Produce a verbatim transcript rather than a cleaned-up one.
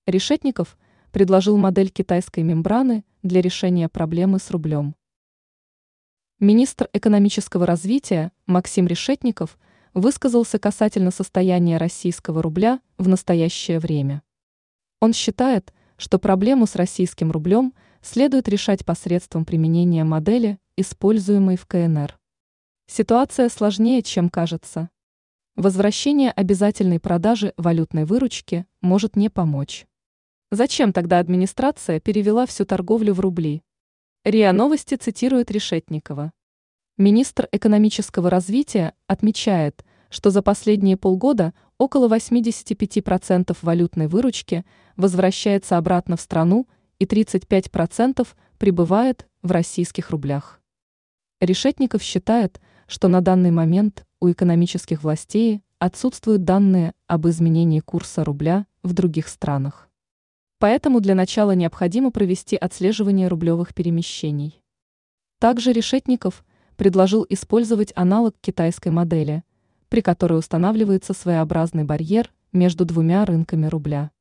Решетников предложил модель китайской мембраны для решения проблемы с рублем. Министр экономического развития Максим Решетников высказался касательно состояния российского рубля в настоящее время. Он считает, что проблему с российским рублем следует решать посредством применения модели, используемой в ка эн эр. Ситуация сложнее, чем кажется. Возвращение обязательной продажи валютной выручки может не помочь. Зачем тогда администрация перевела всю торговлю в рубли? РИА Новости цитирует Решетникова. Министр экономического развития отмечает, что за последние полгода около восемьдесят пять процентов валютной выручки возвращается обратно в страну и тридцать пять процентов прибывает в российских рублях. Решетников считает, что на данный момент у экономических властей отсутствуют данные об изменении курса рубля в других странах. Поэтому для начала необходимо провести отслеживание рублевых перемещений. Также Решетников предложил использовать аналог китайской модели, при которой устанавливается своеобразный барьер между двумя рынками рубля.